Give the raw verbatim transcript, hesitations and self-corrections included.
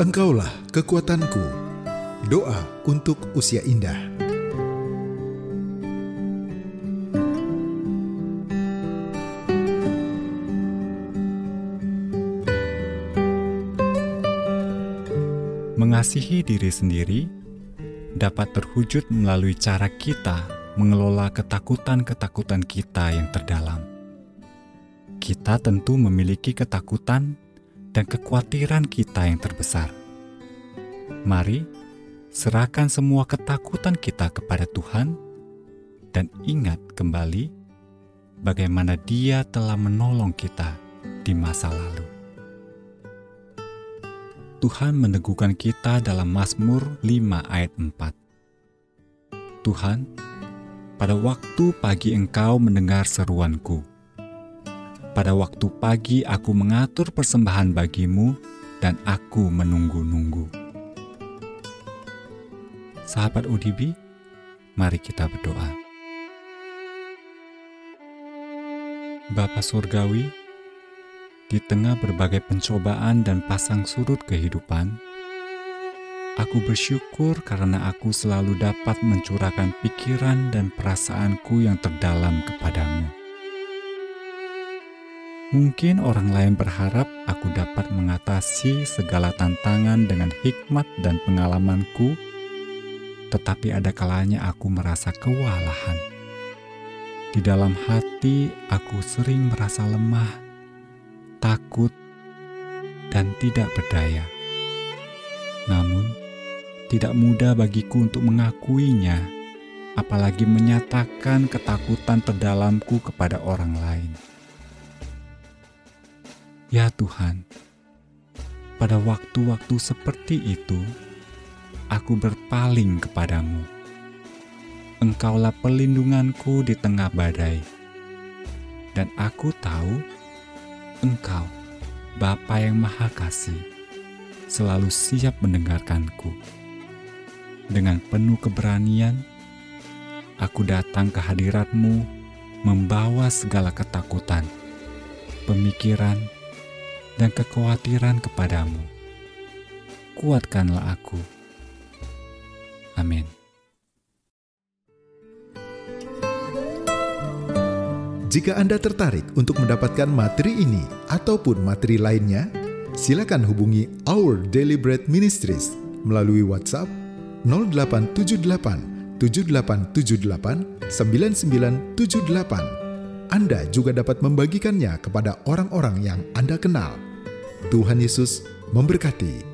Engkaulah kekuatanku. Doa untuk usia indah. Mengasihi diri sendiri dapat terwujud melalui cara kita mengelola ketakutan-ketakutan kita yang terdalam. Kita tentu memiliki ketakutan dan kekhawatiran kita yang terbesar. Mari serahkan semua ketakutan kita kepada Tuhan dan ingat kembali bagaimana Dia telah menolong kita di masa lalu. Tuhan meneguhkan kita dalam Mazmur lima ayat empat. Tuhan, pada waktu pagi Engkau mendengar seruanku. Pada waktu pagi aku mengatur persembahan bagimu dan aku menunggu-nunggu. Sahabat O D B, mari kita berdoa. Bapa Surgawi, di tengah berbagai pencobaan dan pasang surut kehidupan, aku bersyukur karena aku selalu dapat mencurahkan pikiran dan perasaanku yang terdalam kepadamu. Mungkin orang lain berharap aku dapat mengatasi segala tantangan dengan hikmat dan pengalamanku, tetapi ada kalanya aku merasa kewalahan. Di dalam hati aku sering merasa lemah, takut, dan tidak berdaya. Namun, tidak mudah bagiku untuk mengakuinya, apalagi menyatakan ketakutan terdalamku kepada orang lain. Ya Tuhan, pada waktu-waktu seperti itu, aku berpaling kepadamu. Engkaulah pelindunganku di tengah badai. Dan aku tahu, Engkau, Bapa yang Maha Kasih, selalu siap mendengarkanku. Dengan penuh keberanian, aku datang ke hadirat-Mu, membawa segala ketakutan, pemikiran, dan kekhawatiran kepadamu. Kuatkanlah aku. Amin. Jika Anda tertarik untuk mendapatkan materi ini ataupun materi lainnya, silakan hubungi Our Daily Bread Ministries melalui WhatsApp nol delapan tujuh delapan tujuh delapan tujuh delapan sembilan sembilan tujuh delapan. Anda juga dapat membagikannya kepada orang-orang yang Anda kenal. Tuhan Yesus memberkati.